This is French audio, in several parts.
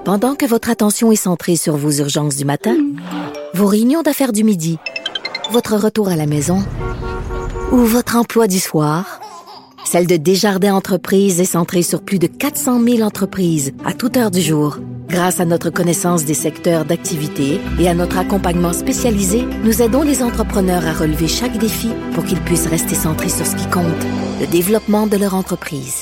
Pendant que votre attention est centrée sur vos urgences du matin, vos réunions d'affaires du midi, votre retour à la maison ou votre emploi du soir, celle de Desjardins Entreprises est centrée sur plus de 400 000 entreprises à toute heure du jour. Grâce à notre connaissance des secteurs d'activité et à notre accompagnement spécialisé, nous aidons les entrepreneurs à relever chaque défi pour qu'ils puissent rester centrés sur ce qui compte, le développement de leur entreprise.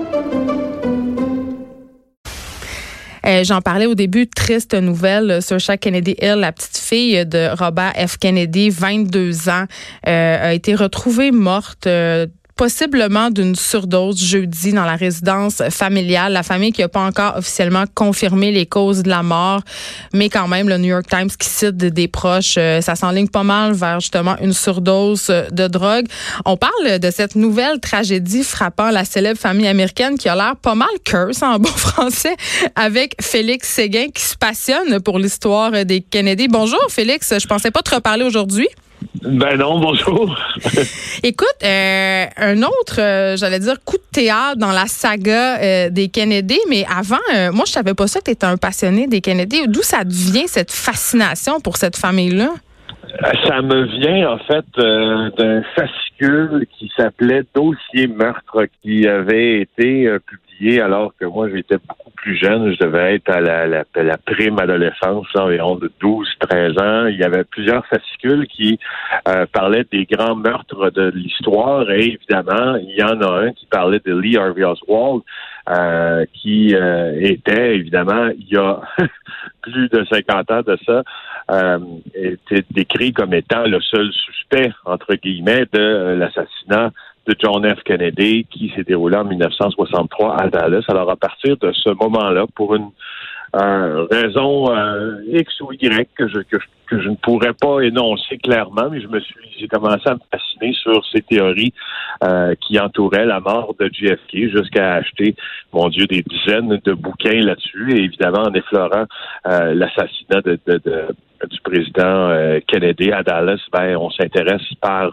J'en parlais au début, triste nouvelle, Saoirse Kennedy Hill, la petite fille de Robert F. Kennedy, 22 ans, a été retrouvée morte, possiblement d'une surdose jeudi dans la résidence familiale. La famille qui n'a pas encore officiellement confirmé les causes de la mort, mais quand même, le New York Times qui cite des proches, ça s'enligne pas mal vers justement une surdose de drogue. On parle de cette nouvelle tragédie frappant la célèbre famille américaine qui a l'air pas mal curse en bon français, avec Félix Séguin qui se passionne pour l'histoire des Kennedy. Bonjour Félix, je pensais pas te reparler aujourd'hui. Ben non, bonjour. Écoute, un autre, j'allais dire, coup de théâtre dans la saga des Kennedy, mais avant, moi, je savais pas ça que tu étais un passionné des Kennedy. D'où ça devient cette fascination pour cette famille-là? Ça me vient, en fait, d'un fascicule qui s'appelait Dossier meurtre, qui avait été publié alors que moi, j'étais beaucoup plus jeune. Je devais être à la prime adolescence, environ de 12-13 ans. Il y avait plusieurs fascicules qui parlaient des grands meurtres de l'histoire. Et évidemment, il y en a un qui parlait de Lee Harvey Oswald, qui était, évidemment, il y a plus de 50 ans de ça, était décrit comme étant le seul suspect, entre guillemets, de l'assassinat de John F. Kennedy qui s'est déroulé en 1963 à Dallas. Alors, à partir de ce moment-là, pour une raison X ou Y que je ne pourrais pas énoncer clairement, mais j'ai commencé à me fasciner sur ces théories qui entouraient la mort de JFK jusqu'à acheter, mon Dieu, des dizaines de bouquins là-dessus, et évidemment en effleurant l'assassinat du président Kennedy à Dallas, on s'intéresse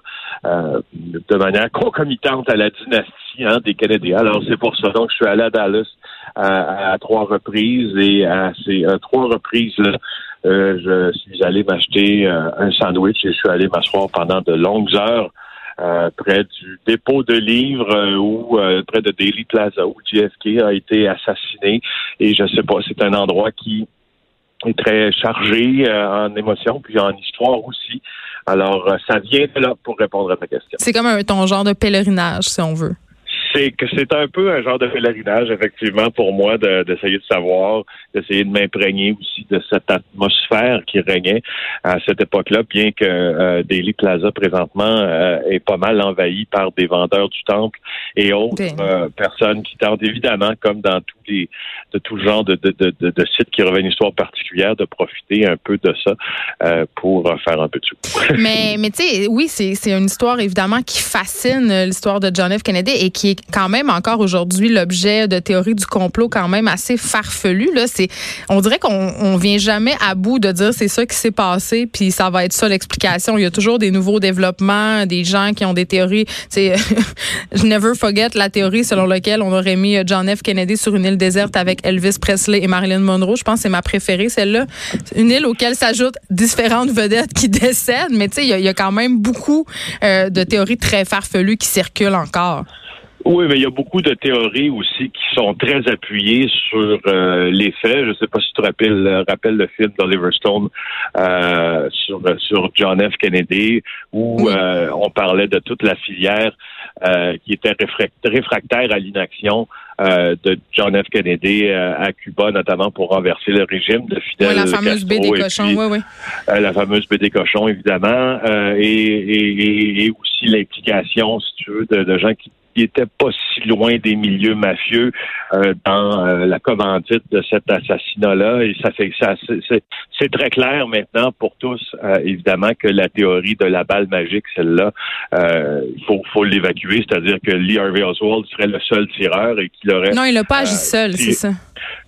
de manière concomitante à la dynastie des Kennedy. Alors c'est pour ça donc je suis allé à Dallas à 3 reprises, et à ces 3 reprises-là, je suis allé m'acheter un sandwich et je suis allé m'asseoir pendant de longues heures près du dépôt de livres ou près de Dealey Plaza où JFK a été assassiné. Et je sais pas, c'est un endroit qui est très chargé en émotions puis en histoire aussi. Alors, ça vient de là pour répondre à ta question. C'est comme ton genre de pèlerinage, si on veut. C'est un peu un genre de pèlerinage, effectivement, pour moi, d'essayer de savoir, d'essayer de m'imprégner aussi de cette atmosphère qui régnait à cette époque-là, bien que Dealey Plaza, présentement, est pas mal envahi par des vendeurs du temple et autres personnes qui tentent, évidemment, comme dans tout genre de sites qui revêtent une histoire particulière, de profiter un peu de ça pour faire un peu de sous. Mais tu sais, oui, c'est une histoire, évidemment, qui fascine l'histoire de John F. Kennedy et qui est quand même encore aujourd'hui l'objet de théories du complot quand même assez farfelues. Là, on dirait qu'on vient jamais à bout de dire c'est ça qui s'est passé, puis ça va être ça l'explication. Il y a toujours des nouveaux développements, des gens qui ont des théories. Je never forget la théorie selon laquelle on aurait mis John F. Kennedy sur une île déserte avec Elvis Presley et Marilyn Monroe. Je pense que c'est ma préférée, celle-là. Une île auquel s'ajoutent différentes vedettes qui décèdent, mais tu sais, il y a quand même beaucoup de théories très farfelues qui circulent encore. Oui, mais il y a beaucoup de théories aussi qui sont très appuyées sur les faits. Je ne sais pas si tu te rappelles le film d'Oliver Stone sur John F. Kennedy, où on parlait de toute la filière qui était réfractaire à l'inaction de John F. Kennedy à Cuba, notamment pour renverser le régime de Fidel Castro. La fameuse baie des cochons, oui. La fameuse baie des cochons, évidemment, et aussi l'implication, si tu veux, de gens qui n'étaient pas si loin des milieux mafieux dans la commandite de cet assassinat-là. Et c'est très clair maintenant pour tous, évidemment, que la théorie de la balle magique, celle-là, il faut l'évacuer, c'est-à-dire que Lee Harvey Oswald serait le seul tireur et qu'il aurait... Non, il n'a pas agi seul, c'est ça.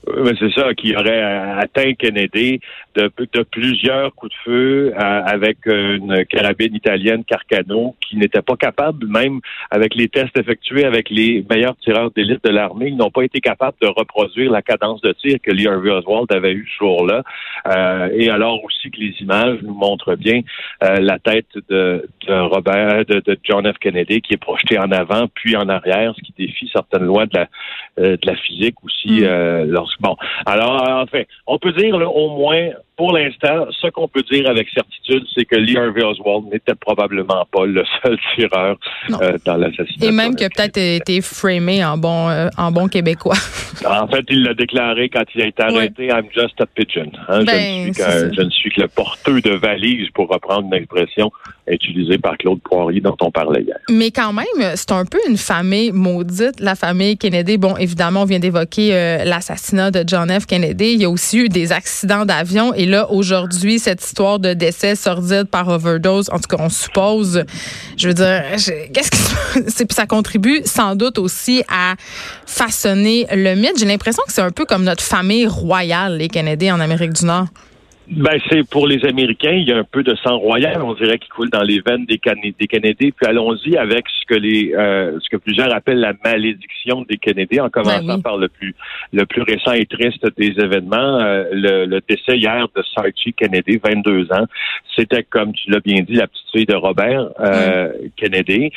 Mais c'est ça, qui aurait atteint Kennedy de plusieurs coups de feu avec une carabine italienne Carcano, qui n'était pas capable, même avec les tests effectués avec les meilleurs tireurs d'élite de l'armée, ils n'ont pas été capables de reproduire la cadence de tir que Lee Harvey Oswald avait eu ce jour-là. Et alors aussi que les images nous montrent bien la tête de John F. Kennedy qui est projetée en avant puis en arrière, ce qui défie certaines lois de la physique aussi. Bon, alors enfin, on peut dire là, au moins pour l'instant, ce qu'on peut dire avec certitude, c'est que Lee Harvey Oswald n'était probablement pas le seul tireur dans l'assassinat. Et même qu'il a peut-être été framé en bon québécois. En fait, il l'a déclaré quand il a été arrêté, I'm just a pigeon. Je ne suis que le porteur de valise, pour reprendre une expression utilisée par Claude Poirier dont on parlait hier. Mais quand même, c'est un peu une famille maudite, la famille Kennedy. Bon, évidemment, on vient d'évoquer l'assassinat de John F. Kennedy. Il y a aussi eu des accidents d'avion. Et là, aujourd'hui, cette histoire de décès sordide par overdose, en tout cas, on suppose, je veux dire, ça contribue sans doute aussi à façonner le mythe. J'ai l'impression que c'est un peu comme notre famille royale, les Kennedy en Amérique du Nord. Ben, c'est pour les Américains, il y a un peu de sang royal, on dirait, qui coule dans les veines des Kennedy. Puis allons-y avec ce que plusieurs appellent la malédiction des Kennedy, en commençant par le plus récent et triste des événements, le décès hier de Saartjie Kennedy, 22 ans. C'était, comme tu l'as bien dit, la petite fille de Robert Kennedy.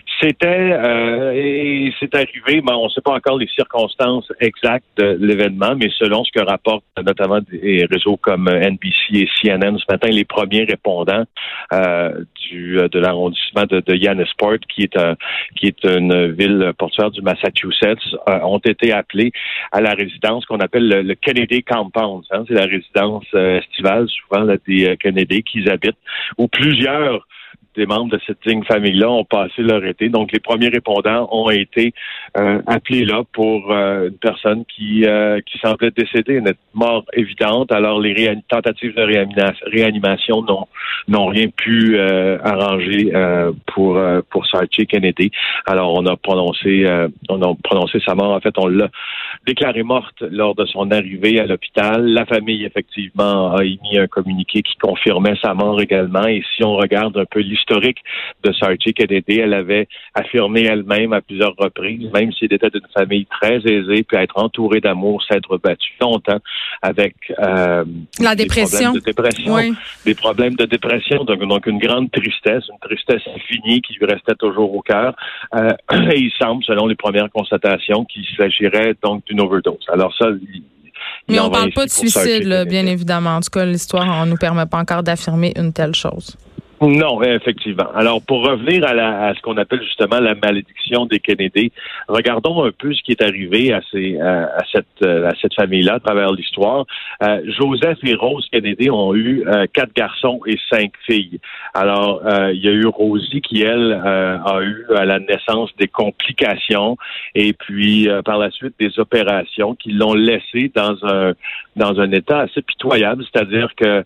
Et c'est arrivé, on ne sait pas encore les circonstances exactes de l'événement, mais selon ce que rapportent notamment des réseaux comme NBC et CNN ce matin, les premiers répondants de l'arrondissement de Yannisport, qui est une ville portuaire du Massachusetts, ont été appelés à la résidence qu'on appelle le Kennedy Compound. Hein, c'est la résidence estivale, souvent là, des Kennedy qui y habitent, où plusieurs des membres de cette digne famille-là ont passé leur été. Donc, les premiers répondants ont été appelés là pour une personne qui semblait décédée, une mort évidente. Alors, les tentatives de réanimation n'ont rien pu arranger pour Saartjie Kennedy. Alors, on a prononcé sa mort. En fait, on l'a déclarée morte lors de son arrivée à l'hôpital. La famille, effectivement, a émis un communiqué qui confirmait sa mort également. Et si on regarde un peu l'historique de Saartjie Kennedy, elle avait affirmé elle-même à plusieurs reprises, même s'il était d'une famille très aisée, puis être entourée d'amour, s'être battue longtemps avec la dépression. Des problèmes de dépression, donc une grande tristesse, une tristesse infinie qui lui restait toujours au cœur. Et il semble, selon les premières constatations, qu'il s'agirait donc d'une overdose. Alors ça, mais on ne parle pas de suicide, là, bien évidemment. En tout cas, l'histoire ne nous permet pas encore d'affirmer une telle chose. Non, effectivement. Alors, pour revenir à ce qu'on appelle justement la malédiction des Kennedy, regardons un peu ce qui est arrivé à cette famille-là à travers l'histoire. Joseph et Rose Kennedy ont eu 4 garçons et 5 filles. Alors, il y a eu Rosie qui, elle, a eu à la naissance des complications et puis par la suite des opérations qui l'ont laissée dans un état assez pitoyable, c'est-à-dire que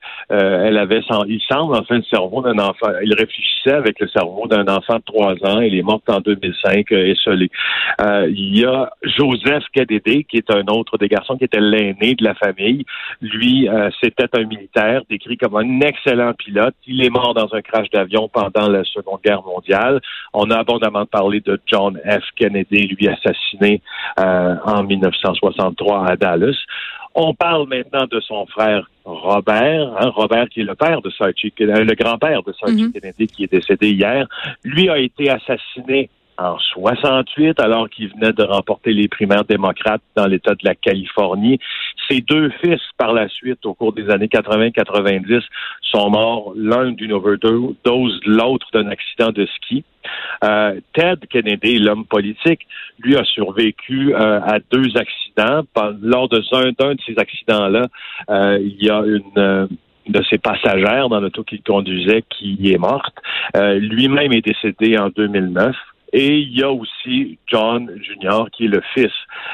il semble enfin le cerveau d'un enfant. Il réfléchissait avec le cerveau d'un enfant de 3 ans. Il est mort en 2005, esselé. Il y a Joseph Kennedy, qui est un autre des garçons, qui était l'aîné de la famille. Lui, c'était un militaire, décrit comme un excellent pilote. Il est mort dans un crash d'avion pendant la Seconde Guerre mondiale. On a abondamment parlé de John F. Kennedy, lui assassiné en 1963 à Dallas. On parle maintenant de son frère Robert, Robert qui est le père de Saartjie, le grand-père de Saartjie Kennedy, qui est décédé hier. Lui a été assassiné en 68, alors qu'il venait de remporter les primaires démocrates dans l'État de la Californie. Ses 2 fils, par la suite, au cours des années 80-90, sont morts, l'un d'une overdose, l'autre d'un accident de ski. Ted Kennedy, l'homme politique, lui a survécu à 2 accidents. Lors d'un de ces accidents-là, il y a une de ses passagères dans l'auto qu'il conduisait qui est morte. Lui-même est décédé en 2009. Et il y a aussi John Jr., qui est le fils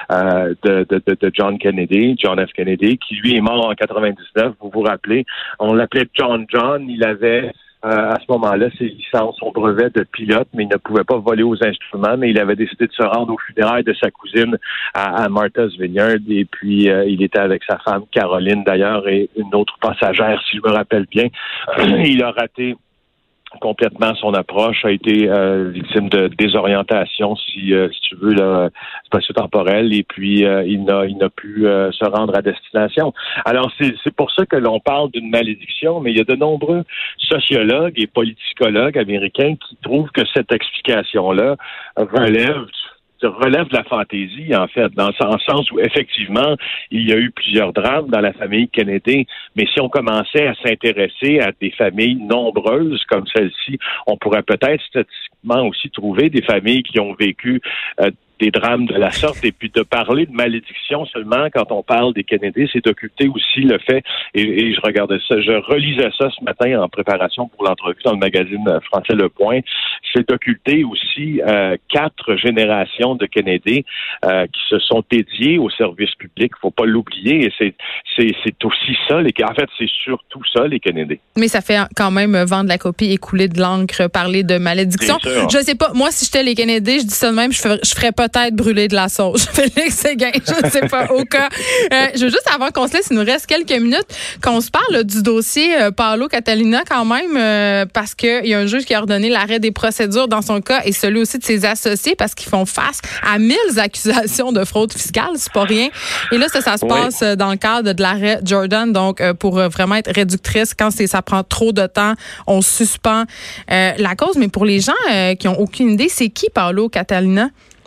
de John Kennedy, John F. Kennedy, qui lui est mort en 99. Vous vous rappelez, on l'appelait John. Il avait à ce moment-là ses licences, son brevet de pilote, mais il ne pouvait pas voler aux instruments, mais il avait décidé de se rendre aux funérailles de sa cousine à Martha's Vineyard, et puis il était avec sa femme Caroline d'ailleurs et une autre passagère, si je me rappelle bien. Il a raté complètement son approche, a été victime de désorientation, si tu veux, là, spatio-temporelle, et puis il n'a pu se rendre à destination. Alors, c'est pour ça que l'on parle d'une malédiction, mais il y a de nombreux sociologues et politicologues américains qui trouvent que cette explication-là relève de la fantaisie, en fait, dans le sens où, effectivement, il y a eu plusieurs drames dans la famille Kennedy, mais si on commençait à s'intéresser à des familles nombreuses comme celle-ci, on pourrait peut-être statistiquement aussi trouver des familles qui ont vécu des drames de la sorte, et puis de parler de malédiction seulement quand on parle des Kennedy, c'est d'occulter aussi le fait, et je regardais ça, je relisais ça ce matin en préparation pour l'entrevue dans le magazine français Le Point, c'est d'occulter aussi 4 générations de Kennedy qui se sont dédiées au service public, faut pas l'oublier, et c'est aussi ça, en fait, c'est surtout ça, les Kennedy. Mais ça fait quand même vendre la copie et couler de l'encre, parler de malédiction. Je sais pas, moi, si j'étais les Kennedy, je dis ça de même, je ferais peut-être brûler de la sauce. Félix Séguin, je ne sais pas, au cas. Je veux juste, avant qu'on se laisse, il nous reste quelques minutes, qu'on se parle du dossier Paolo Catalina quand même, parce qu'il y a un juge qui a ordonné l'arrêt des procédures dans son cas et celui aussi de ses associés parce qu'ils font face à 1000 accusations de fraude fiscale, c'est pas rien. Et là, ça se passe dans le cadre de l'arrêt Jordan, donc pour vraiment être réductrice, quand ça prend trop de temps, on suspend la cause. Mais pour les gens qui ont aucune idée, c'est qui Paolo Catalina?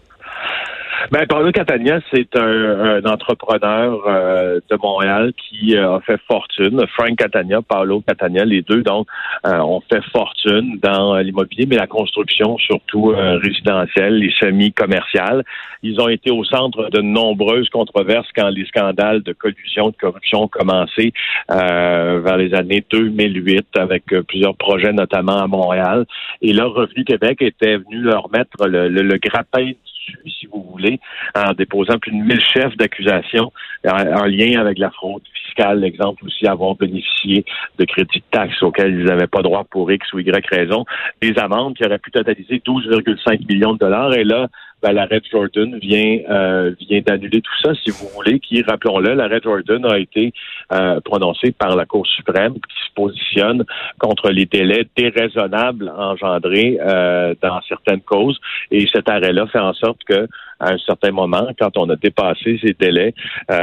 Ben, Paolo Catania, c'est un entrepreneur de Montréal qui a fait fortune. Frank Catania, Paolo Catania, les deux, donc, ont fait fortune dans l'immobilier, mais la construction, surtout résidentielle et semi-commerciale. Ils ont été au centre de nombreuses controverses quand les scandales de collusion, de corruption ont commencé vers les années 2008 avec plusieurs projets, notamment à Montréal. Et là, Revenu Québec était venu leur mettre le grappin, si vous voulez, en déposant plus de 1000 chefs d'accusation en lien avec la fraude fiscale. L'exemple aussi, avoir bénéficié de crédits de taxes auxquels ils n'avaient pas droit pour X ou Y raison. Des amendes qui auraient pu totaliser 12,5 millions de dollars. Et là, l'arrêt Jordan vient d'annuler tout ça, si vous voulez, qui, rappelons-le, l'arrêt Jordan a été prononcé par la Cour suprême qui se positionne contre les délais déraisonnables engendrés dans certaines causes. Et cet arrêt-là fait en sorte que, à un certain moment, quand on a dépassé ces délais,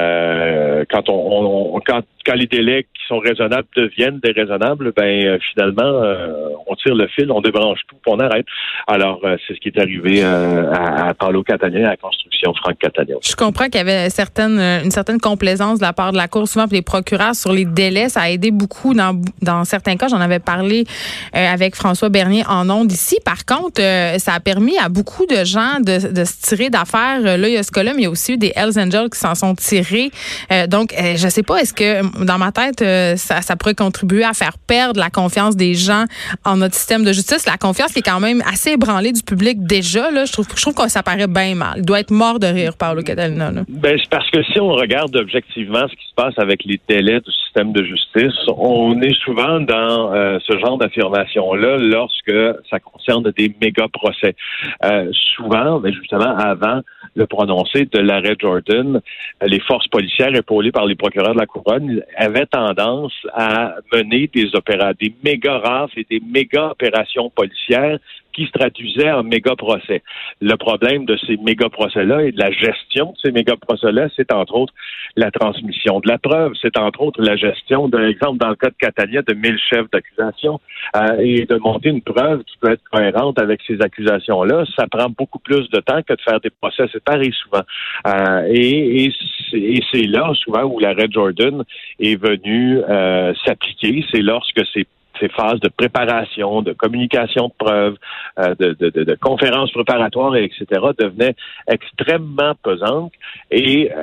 quand les délais qui sont raisonnables deviennent déraisonnables, finalement, on tire le fil, on débranche tout, puis on arrête. Alors, c'est ce qui est arrivé à Paolo Catania et à la construction Frank Catania. Je comprends qu'il y avait une certaine complaisance de la part de la Cour, souvent pour les procureurs sur les délais. Ça a aidé beaucoup dans certains cas. J'en avais parlé avec François Bernier en ondes ici. Par contre, ça a permis à beaucoup de gens de se tirer d'affaires. Là, il y a ce cas-là, mais il y a aussi eu des Hells Angels qui s'en sont tirés. Donc, je sais pas, est-ce que dans ma tête, ça pourrait contribuer à faire perdre la confiance des gens en notre système de justice, la confiance qui est quand même assez ébranlée du public déjà. Là, je trouve que ça paraît bien mal. Il doit être mort de rire, Paolo Catalina. Là. C'est parce que si on regarde objectivement ce qui se passe avec les délais du système de justice, on est souvent dans ce genre d'affirmation-là lorsque ça concerne des méga procès. Souvent, justement, avant le prononcé de l'arrêt Jordan, les forces policières épaulées par les procureurs de la Couronne avaient tendance à mener des méga rafles et des méga opérations policières qui se traduisaient en méga procès. Le problème de ces méga procès-là et de la gestion de ces méga procès-là, c'est entre autres la transmission de la preuve, c'est entre autres la gestion, par exemple, dans le cas de Catania, de 1000 chefs d'accusation, et de monter une preuve qui peut être cohérente avec ces accusations-là. Ça prend beaucoup plus de temps que de faire des procès séparés souvent. Et c'est là, souvent, où l'arrêt Jordan est venu s'appliquer. C'est lorsque ces phases de préparation, de communication de preuves, de conférences préparatoires, etc., devenaient extrêmement pesantes et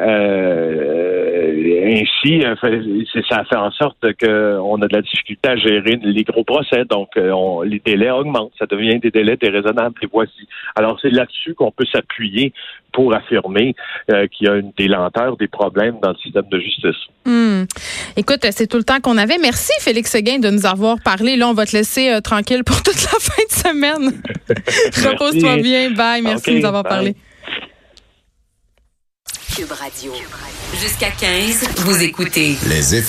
ainsi, ça fait en sorte qu'on a de la difficulté à gérer les gros procès, donc les délais augmentent, ça devient des délais déraisonnables, et voici. Alors, c'est là-dessus qu'on peut s'appuyer pour affirmer qu'il y a des lenteurs, des problèmes dans le système de justice. Écoute, c'est tout le temps qu'on avait. Merci, Félix Séguin, de nous avoir reparler. Là, on va te laisser tranquille pour toute la fin de semaine. Repose-toi bien. Bye. Merci de nous avoir parlé. Cube Radio. Jusqu'à 15, vous écoutez Les